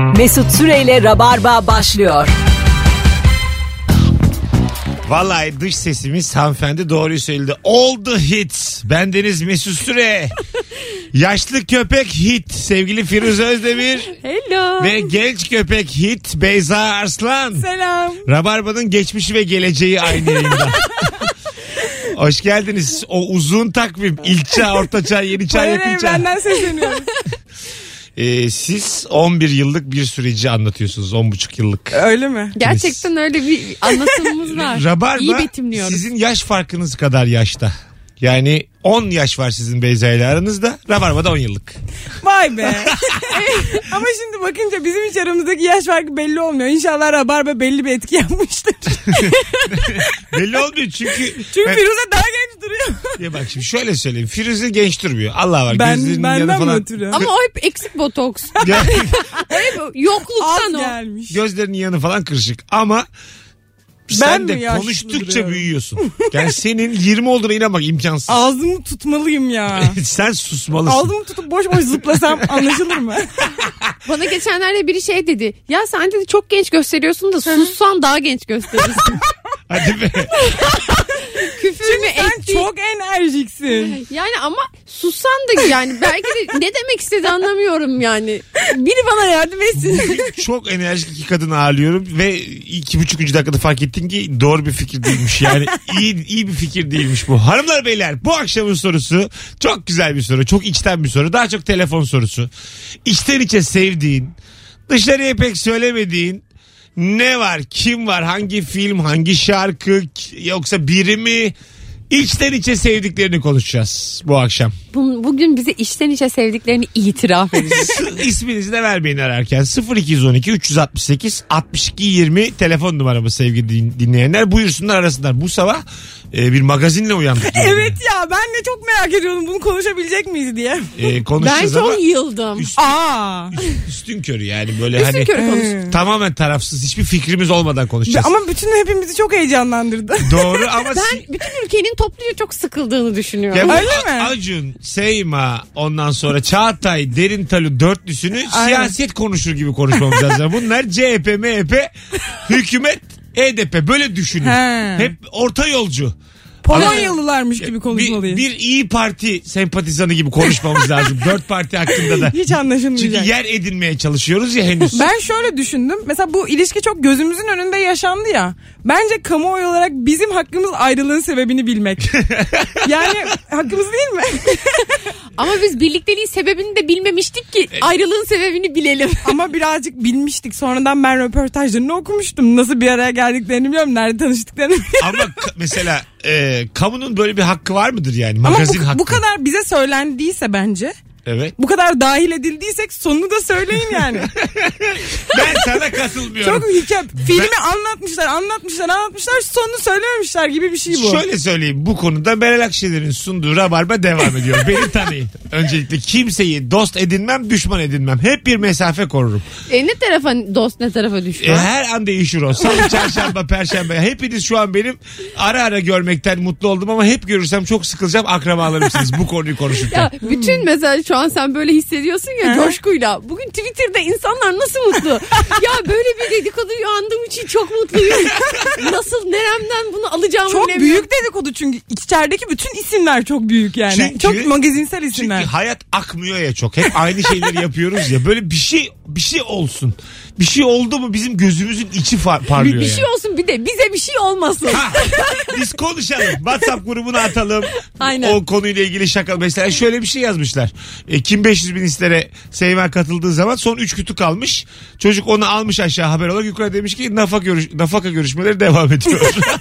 Mesut Süreyle Rabarba başlıyor. Vallahi dış sesimiz hanımefendi doğruyu söyledi. All the hits. Bendeniz Mesut Süre. Yaşlı köpek hit. Sevgili Firuze Özdemir. Hello. Ve genç köpek hit Beyza Arslan. Selam. Rabarba'nın geçmişi ve geleceği aynı yayında. Hoş geldiniz. O uzun takvim. İlk çağ, orta çağ, yeni çağ, yakın çağ. Benden sesleniyorum. Siz 11 yıllık bir süreci anlatıyorsunuz. 10,5 yıllık. Öyle mi? Gerçekten öyle bir anlatımımız var. Rabarba İyi betimliyoruz. sizin yaş farkınız kadar yaşta. Yani 10 yaş var sizin Beyza ile aranızda. Rabarba'da 10 yıllık. Vay be. Ama şimdi bakınca bizim hiç aramızdaki yaş farkı belli olmuyor. İnşallah Rabarba belli bir etki yapmıştır. Belli olmuyor çünkü. Firuze daha genç duruyor. Ya bak şimdi şöyle söyleyeyim. Firuze genç durmuyor. Allah var. Gözlerinin yanı Benden mi falan. ötürü? Ama o hep eksik botoks. Hep yokluktan Az o. gelmiş. Gözlerinin yanı falan kırışık. Ama Ben sen mi de yaşlı konuştukça duruyorum? büyüyorsun. Yani senin 20 olduğuna inanmak imkansız. Ağzımı tutmalıyım ya. Sen susmalısın. Ağzımı tutup boş boş zıplasam anlaşılır mı? Bana geçenlerde biri şey dedi. Ya sen dedi çok genç gösteriyorsun da sussan daha genç gösterirsin. Hadi be. Küfür mü Sen etti? çok enerjiksin. Yani ama sussan da yani belki de ne demek istedi anlamıyorum yani. Biri bana yardım etsin. Bugün çok enerjik iki kadın ağırlıyorum ve 2,5. dakikada fark ettin ki doğru bir fikir değilmiş. Yani iyi bir fikir değilmiş bu. Hanımlar beyler, bu akşamın sorusu çok güzel bir soru. Çok içten bir soru. Daha çok telefon sorusu. İçten içe sevdiğin, dışarıya pek söylemediğin ne var, kim var, hangi film, hangi şarkı, yoksa biri mi? İçten içe sevdiklerini konuşacağız bu akşam. Bugün bize içten içe sevdiklerini itiraf edeceğiz. İsminizi de vermeyin ararken. 0212 368 62 20 telefon numaramız sevgili dinleyenler. Buyursunlar, arasınlar. Bu sabah bir magazinle uyandık. Evet ya, ben de çok merak ediyordum bunu konuşabilecek miyiz diye. Ben Konuşacağız ama çok yıldım. üstün körü yani böyle Üstün hani körü konuş. tamamen tarafsız, hiçbir fikrimiz olmadan konuşacağız. Ama bütün hepimizi çok heyecanlandırdı. Doğru ama Ben bütün ülkenin topluca çok sıkıldığını düşünüyorum. ya bu Öyle mi? Acun, Seyma, ondan sonra Çağatay, Derintalu dörtlüsünü siyaset konuşur gibi konuşmamız lazım. Bunlar CHP, MHP, hükümet, HDP, böyle düşünün. He. Hep orta yolcu. Polonyalılarmış gibi konuşmalıyız. Bir İyi Parti sempatizanı gibi konuşmamız lazım. 4 parti hakkında da. Hiç anlaşılmayacak. Çünkü yer edinmeye çalışıyoruz ya henüz. Ben şöyle düşündüm. Mesela bu ilişki çok gözümüzün önünde yaşandı ya. Bence kamuoyu olarak bizim hakkımız ayrılığın sebebini bilmek. Yani hakkımız değil mi? Ama biz birlikteliğin sebebini de bilmemiştik ki ayrılığın sebebini bilelim. Ama birazcık bilmiştik. Sonradan ben röportajlarını okumuştum. Nasıl bir araya geldiklerini biliyorum. Nerede tanıştıklarını biliyorum. Ama mesela kamunun böyle bir hakkı var mıdır yani? Ama Magazin hakkı. bu kadar bize söylendiyse bence... Evet. Bu kadar dahil edildiysek sonunu da söyleyin yani. Ben sana katılmıyorum. Çok hikaye. Filmi anlatmışlar sonunu söylememişler gibi bir şey bu. Şöyle söyleyeyim, bu konuda Meral Akşener'in sunduğu Rabarba devam ediyor. Beni tanıyın. Öncelikle kimseyi dost edinmem, düşman edinmem. Hep bir mesafe korurum. Ne tarafa dost, ne tarafa düşman? Her an değişir o. Salı, çarşamba, perşembe. Hepiniz şu an benim ara görmekten mutlu oldum ama hep görürsem çok sıkılacağım, akrabalarımsınız bu konuyu konuşurken. Ya bütün mesela şu an sen böyle hissediyorsun ya coşkuyla. Bugün Twitter'da insanlar nasıl mutlu? Ya böyle bir dedikoduyu andığım için çok mutluyum. Nasıl, neremden bunu alacağımı çok bilemiyorum. büyük dedikodu çünkü içerideki bütün isimler çok büyük yani. Çünkü- çok magazinsel isimler. Çünkü hayat akmıyor ya çok. Hep aynı şeyleri yapıyoruz ya. Böyle bir şey olsun. Bir şey oldu mu bizim gözümüzün içi parlıyor Bir yani. şey olsun, bir de bize bir şey olmasın. Biz konuşalım. WhatsApp grubuna atalım. Aynen. O konuyla ilgili şaka. Mesela şöyle bir şey yazmışlar. Kim 500 bin istere Seymen katıldığı zaman son 3 kütü kalmış. Çocuk onu almış aşağı haber olarak, yukarı demiş ki nafaka görüşmeleri devam ediyor.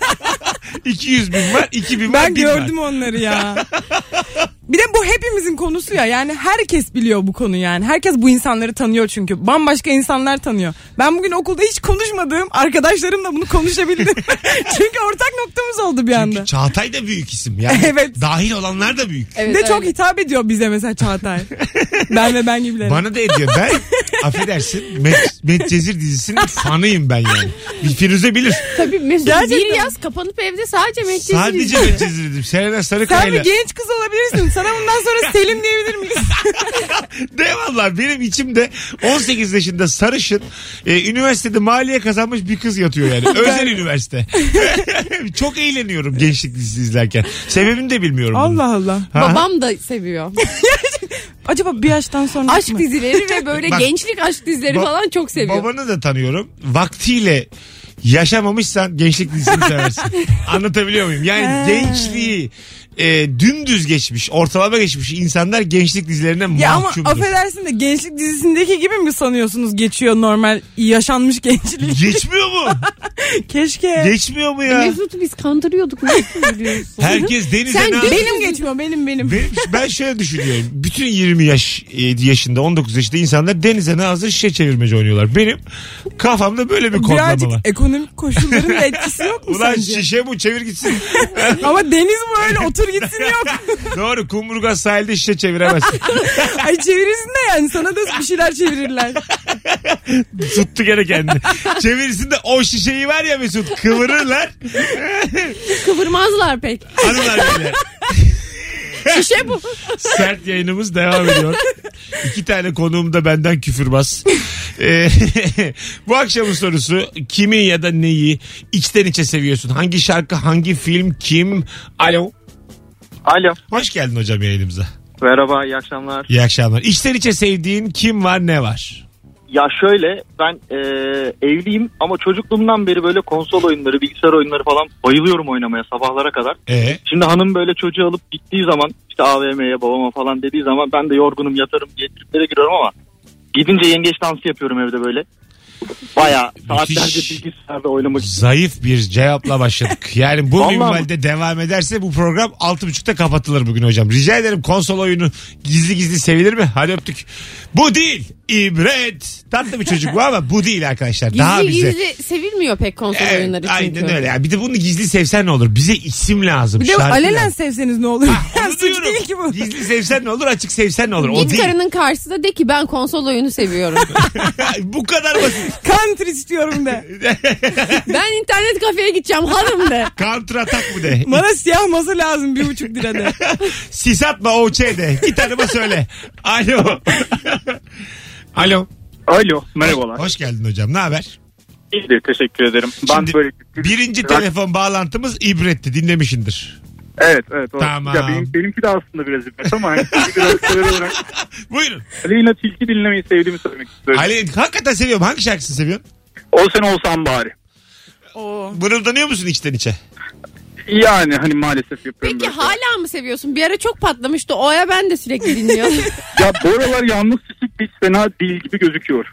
200 bin var, 2000 var, Ben 1000 var. gördüm onları ya. Bir de bu hepimizin konusu ya. Yani herkes biliyor bu konu yani. Herkes bu insanları tanıyor çünkü. Bambaşka insanlar tanıyor. Ben bugün okulda hiç konuşmadığım arkadaşlarımla bunu konuşabildim. Çünkü ortak noktamız oldu bir anda. Çünkü Çağatay da büyük isim. Yani Evet. dahil olanlar da büyük. Evet, Bir de çok öyle. hitap ediyor bize mesela Çağatay. Ben ve ben gibiler. Bana da ediyor. Ben affedersin Medcezir dizisinin fanıyım ben yani. Bir Firuze bilir. Tabii Mesut Gerçekten. bir yaz kapanıp evde sadece Medcezir Sadece izliyor. Medcezir dedim. Selena Sen bir Sarıkaya'yla. genç kız olabilirsin. Sana bundan sonra Selim diyebilir miyiz? De valla benim içimde 18 yaşında sarışın üniversitede maliye kazanmış bir kız yatıyor yani. Özel üniversite. Çok eğleniyorum gençlik dizisi izlerken. Sebebini de bilmiyorum. Allah Allah. Babam da seviyor. Acaba bir yaştan sonra Aşk mı? dizileri ve böyle Bak, gençlik aşk dizileri falan çok seviyor. Babanı da tanıyorum. Vaktiyle yaşamamışsan gençlik dizisini seversin. Anlatabiliyor muyum? Yani gençliği dümdüz geçmiş, ortalama geçmiş insanlar gençlik dizilerine Ya mahkumdur. ama affedersin de gençlik dizisindeki gibi mi sanıyorsunuz geçiyor normal yaşanmış gençlik? Geçmiyor mu? Keşke. Geçmiyor mu ya? Mesut'u biz kandırıyorduk. Nasıl biliyorsun? Herkes denize Sen ne yapıyor? Benim geçmiyor benim. Ben şöyle düşünüyorum. Bütün 20 yaşında 19 yaşında insanlar denize ne hazır şişe çevirmece oynuyorlar. Benim kafamda böyle bir kodlama Birazcık var. ekonomik koşulların da etkisi yok mu Ulan sence? şişe bu çevir gitsin. Ama deniz bu öyle otur gitsin yok. Doğru, kumburgaz sahilde şişe çeviremezsin. Ay çevirirsin de yani sana da bir şeyler çevirirler. Tuttu gene kendini. Çevirisinde o şişeyi var ya Mesut, kıvırırlar. Kıvırmazlar pek. Hanımlar beyler. Şişe bu. Sert yayınımız devam ediyor. 2 tane konuğum da benden küfürbaz. Bu akşamın sorusu kimi ya da neyi içten içe seviyorsun? Hangi şarkı, hangi film, kim? Alo. Alo. Hoş geldin hocam yayınımıza. Merhaba, iyi akşamlar. İyi akşamlar. İçten içe sevdiğin kim var, ne var? Ya şöyle, ben evliyim ama çocukluğumdan beri böyle konsol oyunları, bilgisayar oyunları falan bayılıyorum oynamaya sabahlara kadar. Şimdi hanım böyle çocuğu alıp gittiği zaman işte AVM'ye babama falan dediği zaman ben de yorgunum yatarım diye triplere giriyorum ama gidince yengeç dansı yapıyorum evde böyle. Bayağı saatlerce Müthiş. bilgisayarda oynamak için. Zayıf bir cevapla başladık. Yani bu Vallahi minvalde devam ederse bu program 6.30'da kapatılır bugün hocam. Rica ederim, konsol oyunu gizli gizli sevilir mi? Hadi öptük. Bu değil. İbret. Tatlı bir çocuk bu ama bu değil arkadaşlar. Daha Gizli bize. gizli sevilmiyor pek konsol oyunları çünkü. Aynen öyle. Yani bir de bunu gizli sevsen ne olur? Bize isim lazım. Bir de şarkı alenen lazım. sevseniz ne olur? Onu Suç diyorum. değil ki bu. Gizli sevsen ne olur? Açık sevsen ne olur? O Git değil. karının karşısında de ki ben konsol oyunu seviyorum. Bu kadar basit. Country istiyorum de. Ben internet kafeye gideceğim hanım de. Counter atak mı de? Bana siyah masa lazım 1,5 lira de. Sis atma OÇ de. Git hanıma söyle. Alo. Alo. Alo, merhabalar. Hoş geldin hocam. Ne haber? İyidir, teşekkür ederim. Şimdi birinci telefon bağlantımız ibretti. Dinlemişindir. Evet. Tamam. Ya benimki de aslında biraz ibret ama hani biraz severek Buyurun. Aleyna Tilki dinlemeyi sevdiğimi söylemek istiyorum. Ali, hakikaten seviyorum. Hangi şarkısını seviyorsun? O sen olsan bari. Mırıldanıyor musun içten içe? Yani hani maalesef yapıyorum. Peki böyle. hala mı seviyorsun? Bir ara çok patlamıştı. O ara ben de sürekli dinliyorum. Ya bu aralar yalnız sisik hiç fena değil gibi gözüküyor.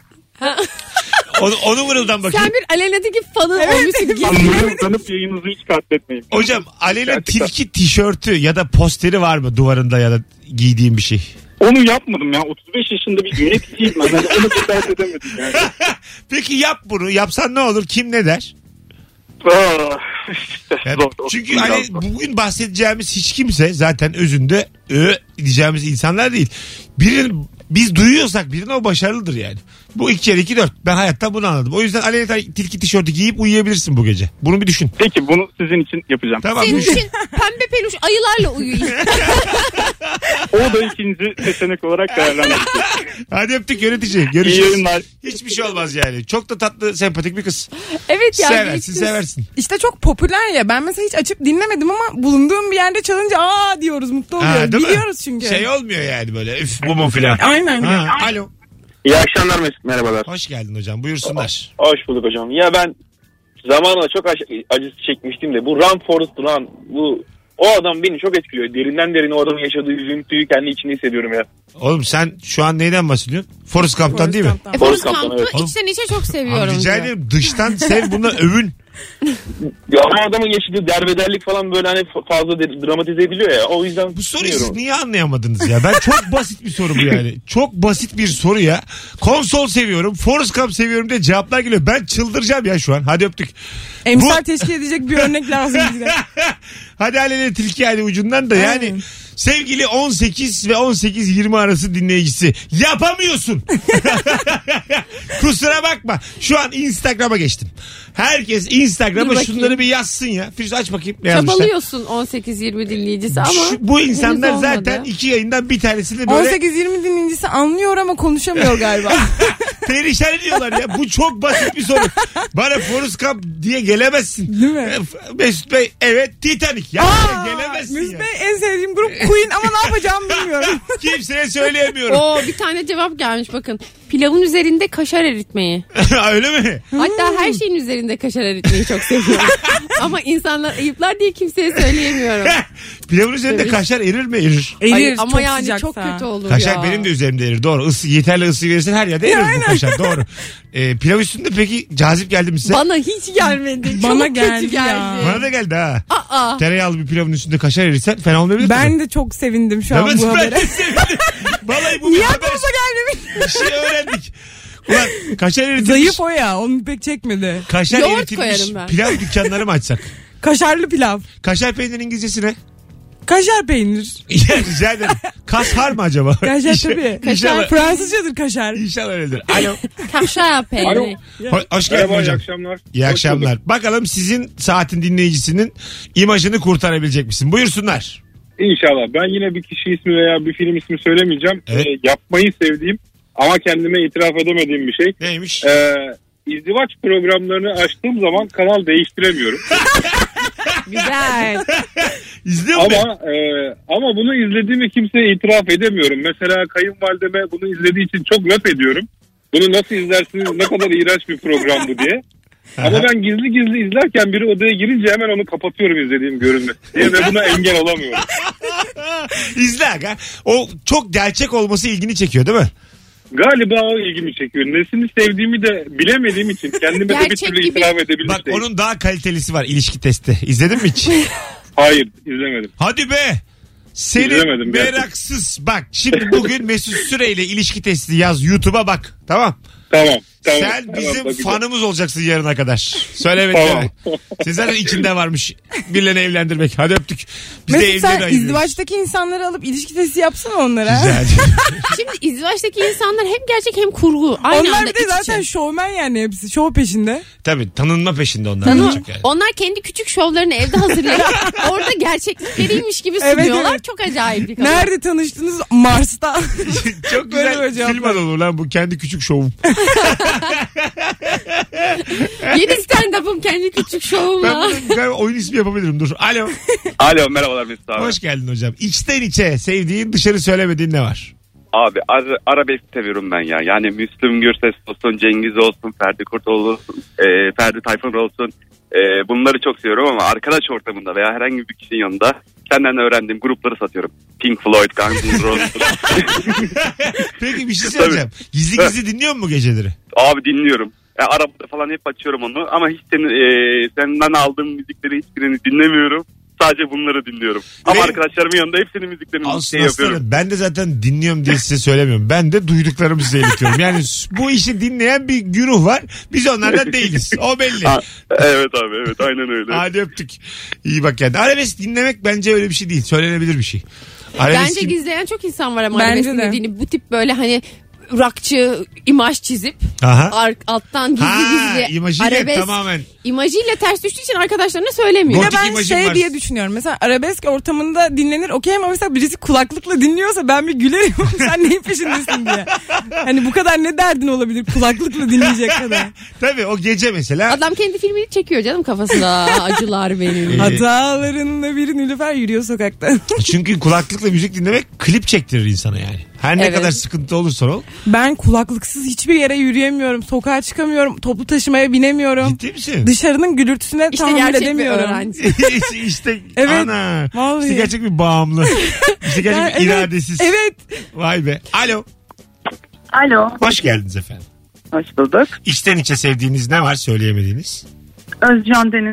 Onu mırıldan bakayım. Sen bir Alena'daki fanı olmuşsun. Mırıldanıp yayınınızı hiç katletmeyin. Hocam Aleyna Gerçekten. Tilki tişörtü ya da posteri var mı duvarında ya da giydiğin bir şey? Onu yapmadım ya. 35 yaşında bir yöneticiyim ben. Yani onu dikkat edemedim yani. Peki yap bunu. Yapsan ne olur? Kim ne der? Yani çünkü hani bugün bahsedeceğimiz hiç kimse zaten özünde diyeceğimiz insanlar değil. Birinin biz duyuyorsak birine o başarılıdır yani. Bu 2 kere 2 4. Ben hayatta bunu anladım. O yüzden Aleyna Tilki tişörtü giyip uyuyabilirsin bu gece. Bunu bir düşün. Peki bunu sizin için yapacağım. Tamam. Senin Düşün. için pembe peluş ayılarla uyuyun. O da ikinci seçenek olarak değerlendirdim. Hadi öptük yönetici. İyi Görüşürüz. yayınlar. Hiçbir şey olmaz yani. Çok da tatlı, sempatik bir kız. Evet ya. Seversin, geçtiniz. seversin. İşte çok popüler ya. Ben mesela hiç açıp dinlemedim ama bulunduğum bir yerde çalınca aa diyoruz, mutlu oluyoruz. değil mi? Biliyoruz çünkü. Şey olmuyor yani böyle üf bu mu filan. Aynen. Ha, alo. İyi akşamlar Mesut, merhabalar. Hoş geldin hocam, buyursunlar. Hoş bulduk hocam. Ya ben zamanla çok acısı çekmiştim de bu Run Forrest Run, o adam beni çok etkiliyor. Derinden derine o adamın yaşadığı üzüntüyü kendi içinde hissediyorum ya. Oğlum sen şu an neyden bahsediyorsun? Forrest Gump'tan değil mi? Gump'tan. Forrest Forrest Gump'ı Gump'tan, içten içe çok seviyorum. Abi rica diyor. ederim dıştan sev, buna övün. Ya ama adamın yaşadığı derbederlik falan böyle hani fazla dramatize ediliyor ya. O yüzden Bu soruyu siz bilmiyorum. niye anlayamadınız ya? Ben çok basit bir soru bu yani. Çok basit bir soru ya. Konsol seviyorum, Forrest Gump seviyorum diye cevaplar geliyor. Ben çıldıracağım ya şu an. Hadi öptük. Emsal teşkil edecek bir örnek lazım bize. Hadi Aleyna Tilki hadi ucundan da yani. Aynen. Sevgili 18 ve 18-20 arası dinleyicisi yapamıyorsun. Kusura bakma. Şu an Instagram'a geçtim. Herkes Instagram'a şunları bir yazsın ya. Firuze aç bakayım ne yazmışlar. Çabalıyorsun 18-20 dinleyicisi ama. Bu insanlar zaten 2 yayından bir tanesini böyle. 18-20 dinleyicisi anlıyor ama konuşamıyor galiba. Perişan ediyorlar ya. Bu çok basit bir soru. Bana Forrest Gump diye gelemezsin. Değil mi? Mesut Bey evet Titanic. Ya gelemezsin Mesut ya. Bey en sevdiğim grup Queen ama ne yapacağımı bilmiyorum. Kimseye söyleyemiyorum. Bir tane cevap gelmiş bakın. Pilavın üzerinde kaşar eritmeyi. Öyle mi? Hatta her şeyin üzerinde kaşar eritmeyi çok seviyorum. Ama insanlar ayıplar diye kimseye söyleyemiyorum. Pilavın üzerinde kaşar erir mi? Erir. Erir Ama çok yani sıcaksa. çok kötü olur Kaşar ya. benim de üzerimde erir. Doğru. Yeterli ısı verirsen her yerde erir bu kaşar. Doğru. Pilav üstünde peki cazip geldi mi size? Bana hiç gelmedi. Bana çok geldi kötü ya. geldi. Bana da geldi ha. Aa. Tereyağlı bir pilavın üstünde kaşar erirsen fena olmayabilir. Ben de çok sevindim şu an Evet, bu ben habere. de sevindim. Vallahi bu Niye bir haber. aklımıza gelmemiş? Bir şey öğrendik. Ulan kaşar eritilmiş. Zayıf o ya. Onu pek çekmedi. Kaşar Yoğurt eritilmiş koyarım ben. pilav dükkanları mı açsak? Kaşarlı pilav. Kaşar peynirin İngilizcesi ne? Kaşar peynir. Ya rica ederim. Kashar mı acaba? Kaşar tabii. İnşallah, Fransızcadır kaşar. İnşallah öyledir. Alo. Kaşar peyniri. Hoş geldin Merhaba, iyi hocam. akşamlar. İyi akşamlar. Bakalım sizin saatin dinleyicisinin imajını kurtarabilecek misin? Buyursunlar. İnşallah. Ben yine bir kişi ismi veya bir film ismi söylemeyeceğim. Evet. Yapmayı sevdiğim ama kendime itiraf edemediğim bir şey. Neymiş? İzdivaç programlarını açtığım zaman kanal değiştiremiyorum. Güzel. İzliyor musun? Ama bunu izlediğimi kimseye itiraf edemiyorum. Mesela kayınvalideme bunu izlediği için çok laf ediyorum. Bunu nasıl izlersiniz, ne kadar iğrenç bir program bu diye. Ama ben gizli gizli izlerken biri odaya girince hemen onu kapatıyorum izlediğim görünme diye ve buna engel olamıyorum. İzle aga. O çok gerçek olması ilgini çekiyor değil mi? Galiba o ilgimi çekiyor. Nesini sevdiğimi de bilemediğim için kendime de bir Gerçek türlü gibi. itiraf edebilmiş Bak değilim. onun daha kalitelisi var, ilişki testi. İzledin mi hiç? Hayır, izlemedim. Hadi be. Senin İzlemedim gerçekten. meraksız. Bak şimdi bugün Mesut Süreyle ilişki testi yaz. YouTube'a bak. Tamam. Tamam. Sen bizim bakacağım. fanımız olacaksın yarına kadar. Söyle bekleme. Sen zaten içinde varmış birilerini evlendirmek. Hadi öptük. Biz de Mesela evleri sen ayırıyoruz. izdivaçtaki insanları alıp ilişki testi yapsana onlara. Güzel. Şimdi izdivaçtaki insanlar hem gerçek hem kurgu. Aynı Onlar anda bir de iç zaten içe. şovmen yani hepsi. Şov peşinde. Tabii tanınma peşinde onlar. Tanı- Çok yani. Onlar kendi küçük şovlarını evde hazırlayıp orada gerçeklikleriymiş gibi Evet, sunuyorlar. evet. Çok acayip bir kadın. Nerede tanıştınız? Mars'ta. Çok Böyle güzel böyle cevaplar. film adı olur lan bu kendi küçük şovum. Yeni stand-up'ım kendi küçük şovumla. Ben oyun ismi yapabilirim dur. Alo. Alo merhabalar Mesut abi. Hoş geldin hocam. İçten içe sevdiğin dışarı söylemediğin ne var? Abi arabesk seviyorum ben ya. Yani Müslüm Gürses olsun, Cengiz olsun, Ferdi Kurt olsun, Ferdi Tayfur olsun. Bunları çok seviyorum ama arkadaş ortamında veya herhangi bir kişinin yanında senden öğrendiğim grupları satıyorum. Pink Floyd, Guns N' Roses. Peki bir şey söyleyeceğim. Gizli gizli dinliyor musun geceleri? Abi dinliyorum. Arabada falan hep açıyorum onu ama hiç senden aldığım müzikleri hiçbirini dinlemiyorum. Sadece bunları dinliyorum. Ama arkadaşlarımın yanında hepsinin müziklerini yapıyorum. Aslanım ben de zaten dinliyorum diye size söylemiyorum. Ben de duyduklarımı size iletiyorum. Yani bu işi dinleyen bir güruh var. Biz onlardan değiliz. O belli. Evet abi evet aynen öyle. Hadi öptük. İyi bak yani. Arabesk dinlemek bence öyle bir şey değil. Söylenebilir bir şey. Bence gizleyen çok insan var ama Bence arabesk de. dinlediğini. Bu tip böyle hani rockçı imaj çizip Aha. alttan gizli imajıyla arabesk tamamen. imajıyla ters düştüğü için arkadaşlarına söylemiyor. Bir de Gotik ben imajım şey var. diye düşünüyorum. Mesela arabesk ortamında dinlenir okey ama mesela birisi kulaklıkla dinliyorsa ben bir gülerim. Sen neyin peşindesin diye. Hani bu kadar ne derdin olabilir kulaklıkla dinleyecek kadar. Tabii o gece mesela. Adam kendi filmini çekiyor canım kafasında. Acılar benim. Hatalarınla bir Nilüfer yürüyor sokakta. Çünkü kulaklıkla müzik dinlemek klip çektirir insana yani. Her ne Evet. kadar sıkıntı olursa ol. Ben kulaklıksız hiçbir yere yürüyemiyorum. Sokağa çıkamıyorum. Toplu taşımaya binemiyorum. Ciddi misin? Dışarının gürültüsüne İşte tahammül gerçek bir edemiyorum. öğrenci. işte Evet, ana. vallahi. İşte gerçek bir bağımlı. İşte gerçek Yani bir iradesiz. Evet. Vay be. Alo. Alo, Hoş geldiniz efendim. hoş bulduk. İçten içe sevdiğiniz ne var söyleyemediğiniz? Özcan Deniz.